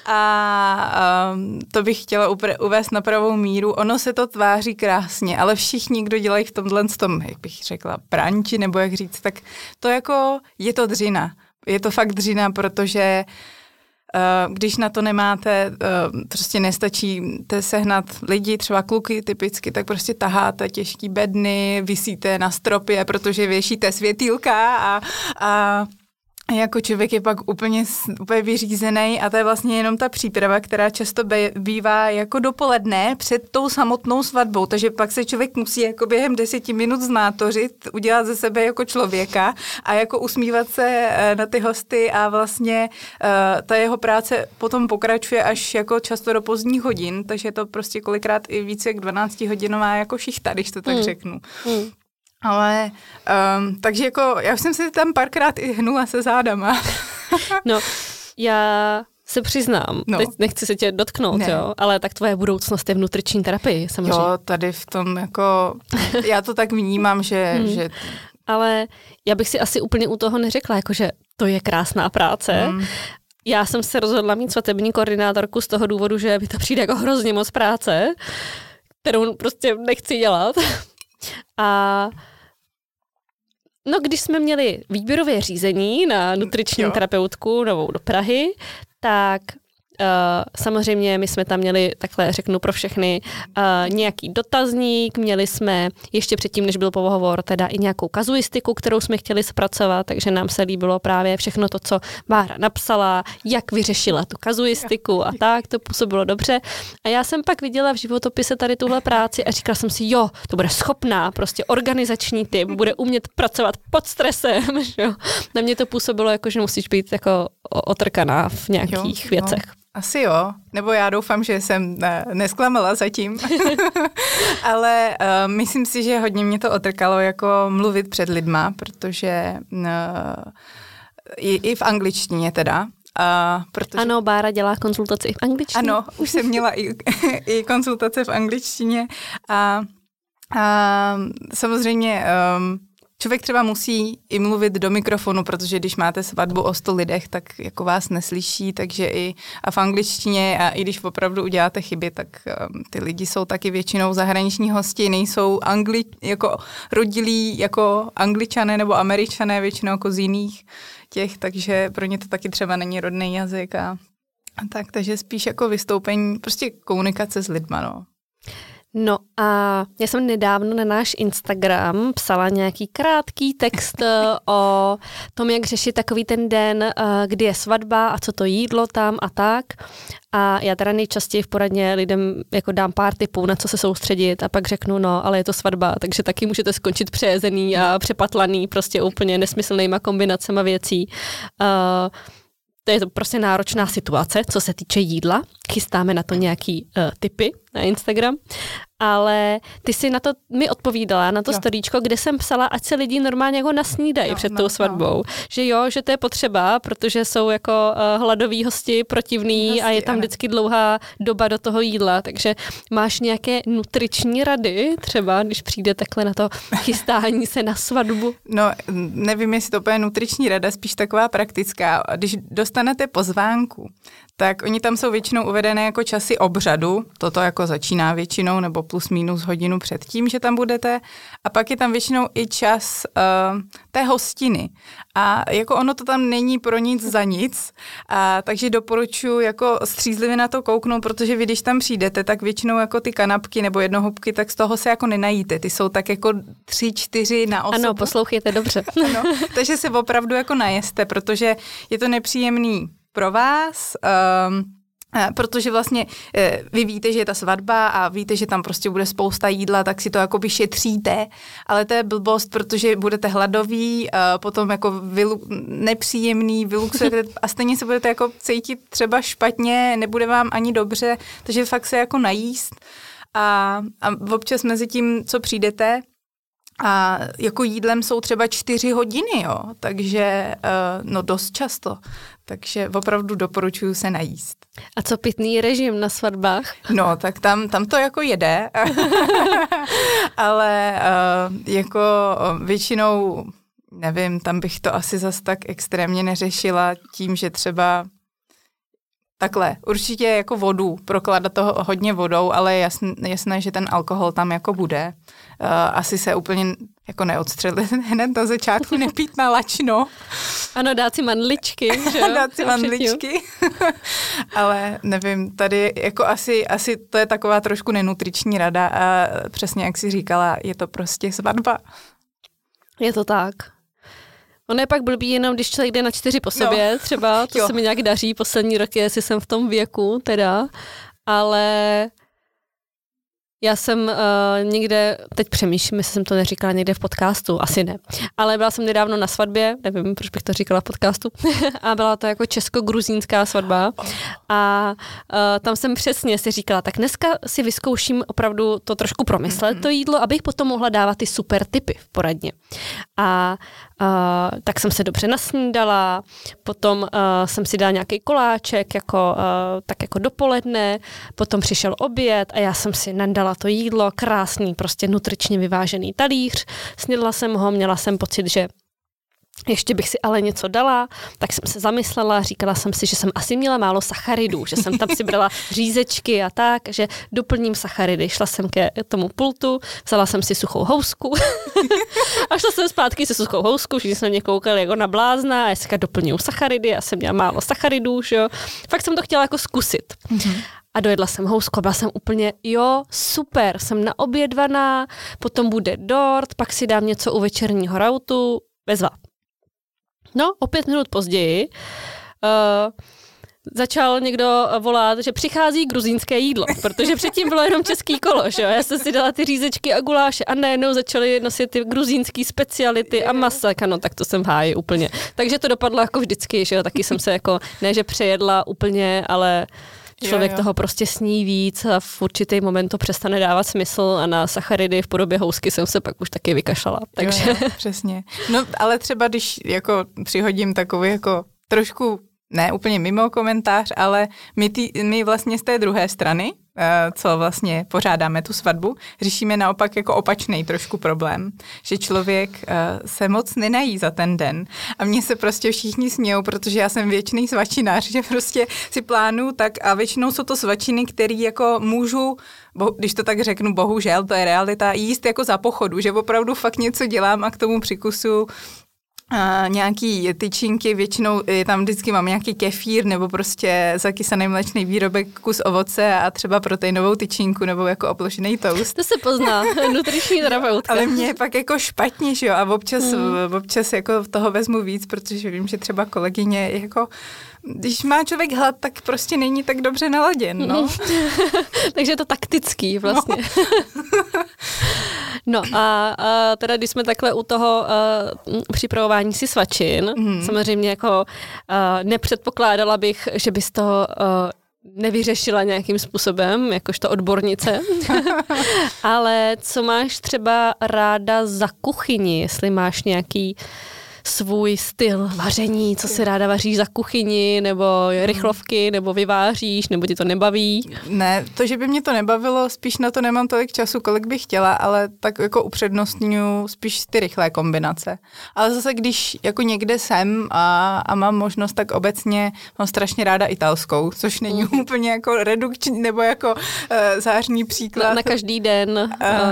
[SPEAKER 2] a to bych chtěla uvést na pravou míru. Ono se to tváří krásně, ale všichni, kdo dělají v tomhle tom, jak bych řekla, branči, nebo jak říct, tak to jako je to dřina. Je to fakt dřina, protože když na to nemáte, prostě nestačíte sehnat lidi, třeba kluky typicky, tak prostě taháte těžký bedny, visíte na stropě, protože věšíte světýlka a jako člověk je pak úplně vyřízený a to je vlastně jenom ta příprava, která často bývá jako dopoledne před tou samotnou svatbou, takže pak se člověk musí jako během 10 minut zmátořit, udělat ze sebe jako člověka a jako usmívat se na ty hosty a vlastně ta jeho práce potom pokračuje až jako často do pozdních hodin, takže je to prostě kolikrát i více jak 12hodinová jako šichta, když to tak řeknu. Ale, takže jako, já už jsem si tam párkrát i hnula se zádama.
[SPEAKER 1] No, já se přiznám, teď nechci se tě dotknout, jo, ale tak tvoje budoucnost je v nutriční terapii, samozřejmě.
[SPEAKER 2] Jo, tady v tom jako, já to tak vnímám, že...
[SPEAKER 1] Ale já bych si asi úplně u toho neřekla, jakože to je krásná práce. Já jsem se rozhodla mít svatební koordinátorku z toho důvodu, že mi to přijde jako hrozně moc práce, kterou prostě nechci dělat. A no, když jsme měli výběrové řízení na nutriční terapeutku novou do Prahy, tak samozřejmě my jsme tam měli, takhle řeknu pro všechny, nějaký dotazník, měli jsme ještě předtím, než byl pohovor, teda i nějakou kazuistiku, kterou jsme chtěli zpracovat, takže nám se líbilo právě všechno to, co Bára napsala, jak vyřešila tu kazuistiku a tak, to působilo dobře. A já jsem pak viděla v životopise tady tuhle práci a říkala jsem si, to bude schopná, prostě organizační typ, bude umět pracovat pod stresem, že? Na mě to působilo jako, že musíš být jako otrkaná v nějakých věcech.
[SPEAKER 2] Asi jo, nebo já doufám, že jsem nesklamala zatím, ale myslím si, že hodně mě to otrkalo jako mluvit před lidma, protože i v angličtině teda. Protože...
[SPEAKER 1] Ano, Bára dělá konzultaci i v angličtině.
[SPEAKER 2] Ano, už jsem měla i konzultace v angličtině a samozřejmě... Člověk třeba musí i mluvit do mikrofonu, protože když máte svatbu o 100 lidech, tak jako vás neslyší, takže i a v angličtině a i když opravdu uděláte chyby, tak ty lidi jsou taky většinou zahraniční hosti, nejsou jako rodilí jako Angličané nebo Američané, většinou jako z jiných těch, takže pro ně to taky třeba není rodný jazyk a tak, takže spíš jako vystoupení, prostě komunikace s lidma, no.
[SPEAKER 1] No a já jsem nedávno na náš Instagram psala nějaký krátký text o tom, jak řešit takový ten den, kdy je svatba a co to jídlo tam a tak. A já teda nejčastěji v poradně lidem jako dám pár tipů, na co se soustředit a pak řeknu, ale je to svatba, takže taky můžete skončit přejezený a přepatlaný prostě úplně nesmyslnýma kombinacema věcí. To je to prostě náročná situace, co se týče jídla. chystáme na to nějaký tipy na Instagram, ale ty si na to mi odpovídala, na to storíčko, kde jsem psala, ať se lidi normálně jako nasnídají před tou svatbou. Že jo, že to je potřeba, protože jsou jako hladoví hosti, protivný a je tam vždycky dlouhá doba do toho jídla, takže máš nějaké nutriční rady třeba, když přijde takhle na to chystání se na svatbu?
[SPEAKER 2] No, nevím, jestli to bude nutriční rada, spíš taková praktická. Když dostanete pozvánku, tak oni tam jsou většinou uvedené jako časy obřadu, toto jako začíná většinou, nebo plus minus hodinu před tím, že tam budete, a pak je tam většinou i čas té hostiny. A jako ono to tam není pro nic za nic, takže doporučuji jako střízlivě na to kouknout, protože vy, když tam přijdete, tak většinou jako ty kanapky nebo jednohubky, tak z toho se jako nenajíte. Ty jsou tak jako 3-4 na osobu.
[SPEAKER 1] Ano, poslouchejte dobře.
[SPEAKER 2] Ano, takže se opravdu jako najeste, protože je to nepříjemný pro vás, protože vlastně vy víte, že je ta svatba a víte, že tam prostě bude spousta jídla, tak si to jakoby šetříte, ale to je blbost, protože budete hladoví, potom jako nepříjemný, vyluxujete a stejně se budete jako cítit třeba špatně, nebude vám ani dobře, takže fakt se jako najíst a občas mezi tím, co přijdete, a jako jídlem jsou třeba 4 hodiny, jo, takže no dost často, takže opravdu doporučuji se najíst.
[SPEAKER 1] A co pitný režim na svatbách?
[SPEAKER 2] No, tak tam to jako jede, ale jako většinou, nevím, tam bych to asi zas tak extrémně neřešila tím, že třeba takhle, určitě jako vodu, prokládat to hodně vodou, ale je jasné, že ten alkohol tam jako bude. Asi se úplně jako neodstřelit hned na začátku, nepít na lačno.
[SPEAKER 1] Ano, dát si mandličky, že jo?
[SPEAKER 2] Dát si mandličky. Ale nevím, tady jako asi to je taková trošku nenutriční rada a přesně jak jsi říkala, je to prostě svatba.
[SPEAKER 1] Je to tak. Ono je pak blbý jenom, když člověk jde na 4 po sobě, třeba, to se mi nějak daří poslední roky, jestli jsem v tom věku teda, ale já jsem někde, teď přemýšlím, jestli jsem to neříkala někde v podcastu, asi ne, ale byla jsem nedávno na svatbě, nevím, proč bych to říkala v podcastu, a byla to jako česko-gruzínská svatba a tam jsem přesně si říkala, tak dneska si vyzkouším opravdu to trošku promyslet, to jídlo, abych potom mohla dávat ty super tipy v poradně. A tak jsem se dobře nasnídala, potom jsem si dala nějaký koláček tak jako dopoledne, potom přišel oběd a já jsem si nandala to jídlo, krásný, prostě nutričně vyvážený talíř, snědla jsem ho, měla jsem pocit, že ještě bych si ale něco dala, tak jsem se zamyslela, říkala jsem si, že jsem asi měla málo sacharidů, že jsem tam si brala řízečky a tak, že doplním sacharidy. Šla jsem ke tomu pultu, vzala jsem si suchou housku a šla jsem zpátky se suchou housku, všichni jsme mě koukali jako na blázna a já si doplňuji sacharidy, já jsem měla málo sacharidů, že jo. Fakt jsem to chtěla jako zkusit. A dojedla jsem housku a byla jsem úplně, super, jsem naobědvaná, potom bude dort, pak si dám něco u večerního rautu, bezva. No, o 5 minut později začal někdo volat, že přichází gruzínské jídlo, protože předtím bylo jenom český kolo, že jo? Já jsem si dala ty řízečky a guláše a najednou začaly nosit ty gruzínský speciality a masaka, no tak to jsem v háji úplně. Takže to dopadlo jako vždycky, že jo? Taky jsem se jako, ne že přejedla úplně, ale člověk toho prostě sní víc a v určitý moment to přestane dávat smysl a na sacharidy v podobě housky jsem se pak už taky vykašlala. Takže...
[SPEAKER 2] Jo, přesně. No ale třeba když jako přihodím takový jako trošku, ne úplně mimo komentář, ale my vlastně z té druhé strany, co vlastně pořádáme tu svatbu, řešíme naopak jako opačný trošku problém, že člověk se moc nenají za ten den a mně se prostě všichni smějou, protože já jsem věčný svačinář, že prostě si plánuju tak a většinou jsou to svačiny, které jako můžu, když to tak řeknu, bohužel, to je realita, jíst jako za pochodu, že opravdu fakt něco dělám a k tomu přikusu nějaký tyčinky, většinou tam vždycky mám nějaký kefír nebo prostě zakysaný mléčný výrobek, kus ovoce a třeba proteinovou tyčinku nebo jako oplošený toast.
[SPEAKER 1] To se pozná, nutriční terapeutka.
[SPEAKER 2] Ale mě je pak jako špatně, že jo, a občas jako toho vezmu víc, protože vím, že třeba kolegyně jako když má člověk hlad, tak prostě není tak dobře naladěn, no.
[SPEAKER 1] Takže je to taktický vlastně. No a teda když jsme takhle u toho připravování si svačin, samozřejmě jako nepředpokládala bych, že bys toho nevyřešila nějakým způsobem, jakožto odbornice. Ale co máš třeba ráda za kuchyni, jestli máš nějaký svůj styl vaření, co si ráda vaříš za kuchyni, nebo rychlovky, nebo vyváříš, nebo ti to nebaví?
[SPEAKER 2] Ne, to, že by mě to nebavilo, spíš na to nemám tolik času, kolik bych chtěla, ale tak jako upřednostňuji spíš ty rychlé kombinace. Ale zase, když jako někde jsem a mám možnost, tak obecně mám strašně ráda italskou, což není úplně jako redukční, nebo jako zářný příklad.
[SPEAKER 1] Na každý den...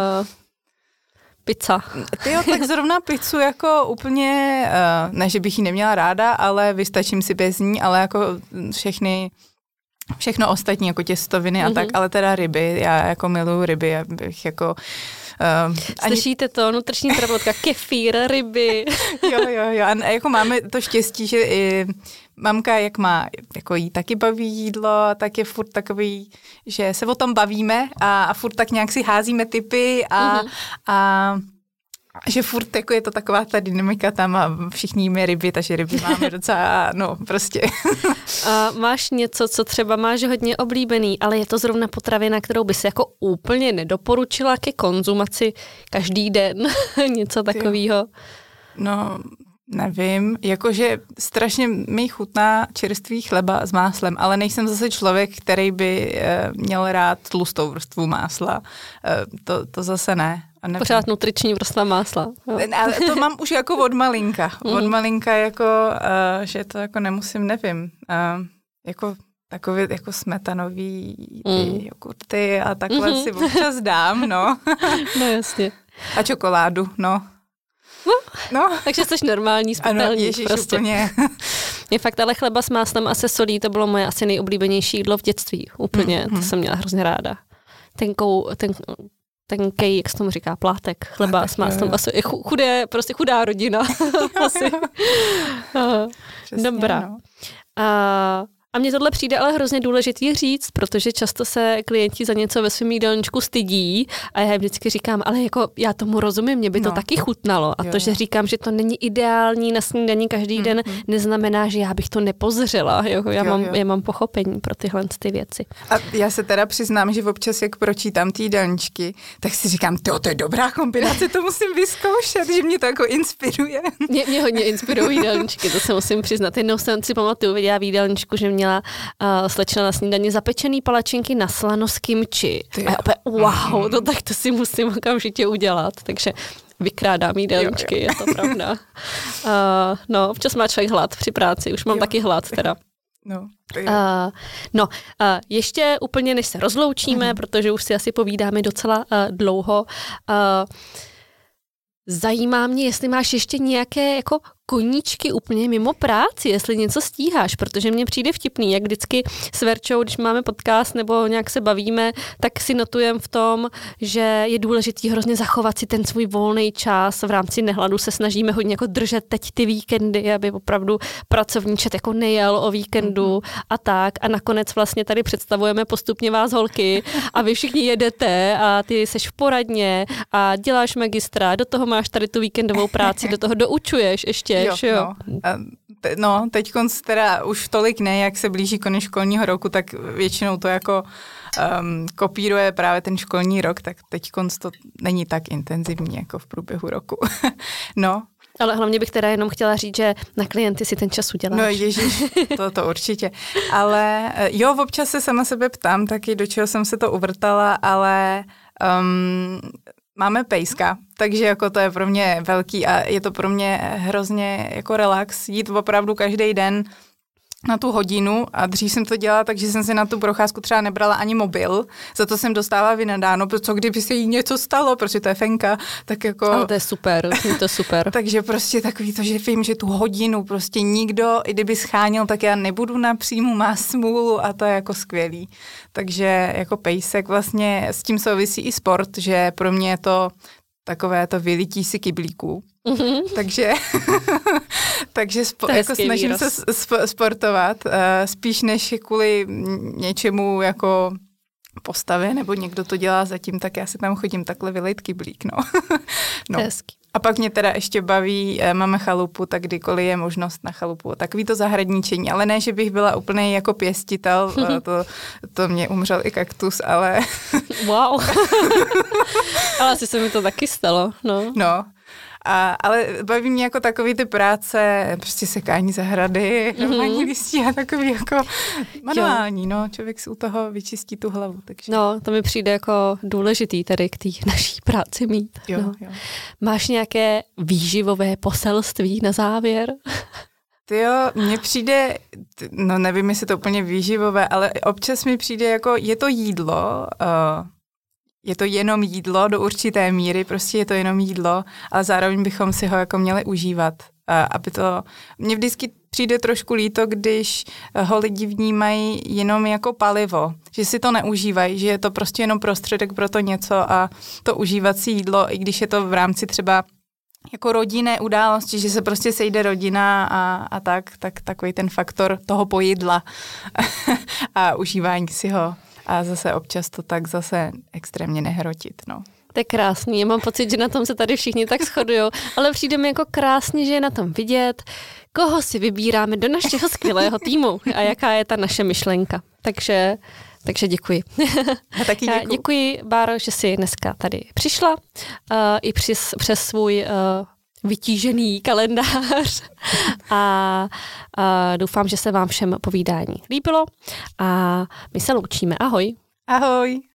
[SPEAKER 1] Pizza.
[SPEAKER 2] Tyjo, tak zrovna pizzu jako úplně, ne, že bych ji neměla ráda, ale vystačím si bez ní, ale jako všechno ostatní, jako těstoviny a tak, ale teda ryby, já jako miluju ryby, já bych jako...
[SPEAKER 1] Slyšíte to? Nutriční terapeutka, kefír, ryby.
[SPEAKER 2] Jo. A jako máme to štěstí, že i mamka, jak má, jako jí taky baví jídlo, tak je furt takový, že se o tom bavíme a furt tak nějak si házíme tipy a že furt jako je to taková ta dynamika tam a všichni jíme ryby, takže ryby máme docela, no prostě.
[SPEAKER 1] A máš něco, co třeba máš hodně oblíbený, ale je to zrovna potravina, kterou bys jako úplně nedoporučila ke konzumaci každý den, něco takového?
[SPEAKER 2] No, nevím, jakože strašně mi chutná čerstvý chleba s máslem, ale nejsem zase člověk, který by měl rád tlustou vrstvu másla. To zase ne.
[SPEAKER 1] Pořád nutriční vrstva másla.
[SPEAKER 2] Ale to mám už jako od malinka. Od malinka jako, že to jako nemusím, nevím. Jako takové jako smetanový jogurty a takhle si občas dám, no.
[SPEAKER 1] No jasně.
[SPEAKER 2] A čokoládu, no.
[SPEAKER 1] Takže jsi normální spytelník.
[SPEAKER 2] Ano, ježiš,
[SPEAKER 1] prostě.
[SPEAKER 2] Úplně.
[SPEAKER 1] Je fakt, ale chleba s máslem a se solí, to bylo moje asi nejoblíbenější jídlo v dětství. Úplně, to jsem měla hrozně ráda. Tenkej, jak se tomu říká, plátek, chleba s máslem. Asi chudá rodina. Asi.
[SPEAKER 2] Přesně,
[SPEAKER 1] dobrá.
[SPEAKER 2] No.
[SPEAKER 1] A mně tohle přijde ale hrozně důležitý říct, protože často se klienti za něco ve svém jídelníčku stydí a já vždycky říkám, ale jako já tomu rozumím, mě by to taky chutnalo. A to, že říkám, že to není ideální na snídani každý den, neznamená, že já bych to nepozřela. Já mám pochopení pro tyhle ty věci.
[SPEAKER 2] A já se teda přiznám, že občas, jak pročítám ty jídelníčky, tak si říkám, to je dobrá kombinace, to musím vyzkoušet, že mě to jako inspiruje.
[SPEAKER 1] Mě hodně inspirují jídelníčky, to se musím přiznat. Jednou jsem si pamatuju, viděla v jídelníčku, že měla slečna na snídani zapečený palačinky na slano s kimči. A já opět, wow, to si musím okamžitě udělat. Takže vykrádám jídelníčky, je to pravda. Občas má člověk hlad při práci, už mám taky hlad teda. Ještě úplně než se rozloučíme, protože už si asi povídáme docela dlouho, zajímá mě, jestli máš ještě nějaké jako koníčky úplně mimo práci, jestli něco stíháš, protože mně přijde vtipný, jak vždycky s Verčou, když máme podcast nebo nějak se bavíme, tak si notujeme v tom, že je důležitý hrozně zachovat si ten svůj volný čas. V rámci Nehladu se snažíme hodně jako držet teď ty víkendy, aby opravdu pracovníček jako nejel o víkendu a tak. A nakonec vlastně tady představujeme postupně vás holky a vy všichni jedete a ty seš v poradně a děláš magistra, do toho máš tady tu víkendovou práci, do toho doučuješ ještě.
[SPEAKER 2] No, teď teda už tolik ne, jak se blíží konec školního roku, tak většinou to jako kopíruje právě ten školní rok, tak teď to není tak intenzivní jako v průběhu roku. No.
[SPEAKER 1] Ale hlavně bych teda jenom chtěla říct, že na klienty si ten čas uděláš.
[SPEAKER 2] No ježiš, to určitě. Ale jo, občas se sama sebe ptám taky, do čeho jsem se to uvrtala, ale máme pejska, takže jako to je pro mě velký a je to pro mě hrozně jako relax jít opravdu každý den na tu hodinu a dřív jsem to dělala, takže jsem si na tu procházku třeba nebrala ani mobil, za to jsem dostala vynadáno, co kdyby se jí něco stalo, protože to je fenka, tak jako...
[SPEAKER 1] Ale to je super, to je super.
[SPEAKER 2] Takže prostě takový to, že vím, že tu hodinu prostě nikdo, i kdyby scháněl, tak já nebudu na příjmu, má smůlu a to je jako skvělý. Takže jako pejsek vlastně s tím souvisí i sport, že pro mě je to takové to vylití si kyblíků. Takže jako snažím se sportovat, spíš než kvůli něčemu jako postavě, nebo někdo to dělá zatím, tak já si tam chodím takhle vylejt kyblík, no.
[SPEAKER 1] To je hezký.
[SPEAKER 2] A pak mě teda ještě baví, máme chalupu, tak kdykoliv je možnost na chalupu. Takový to zahradničení, ale ne, že bych byla úplně jako pěstitel, to mě umřel i kaktus, ale...
[SPEAKER 1] Wow. Ale asi se mi to taky stalo, no.
[SPEAKER 2] No. Ale baví mě jako takový ty práce, prostě sekání zahrady, normální listí a takový jako manuální, no, člověk si u toho vyčistí tu hlavu. Takže.
[SPEAKER 1] No, to mi přijde jako důležitý tady k té naší práci mít.
[SPEAKER 2] Jo,
[SPEAKER 1] no.
[SPEAKER 2] jo.
[SPEAKER 1] Máš nějaké výživové poselství na závěr?
[SPEAKER 2] Jo, mně přijde, no nevím, jestli to úplně výživové, ale občas mi přijde jako, je to jídlo, je to jenom jídlo do určité míry, prostě je to jenom jídlo, ale zároveň bychom si ho jako měli užívat, aby to... Mně vždycky přijde trošku líto, když ho lidi vnímají jenom jako palivo, že si to neužívají, že je to prostě jenom prostředek pro to něco a to užívací jídlo, i když je to v rámci třeba jako rodinné události, že se prostě sejde rodina a tak takový ten faktor toho pojídla a užívání si ho. A zase občas to tak zase extrémně nehrotit, no.
[SPEAKER 1] To je krásný, já mám pocit, že na tom se tady všichni tak shodujou, ale přijde mi jako krásně, že je na tom vidět, koho si vybíráme do našeho skvělého týmu a jaká je ta naše myšlenka. Takže děkuji.
[SPEAKER 2] A taky děkuji.
[SPEAKER 1] Děkuji, Báro, že jsi dneska tady přišla i přes svůj vytížený kalendář a doufám, že se vám všem povídání líbilo a my se loučíme. Ahoj.
[SPEAKER 2] Ahoj.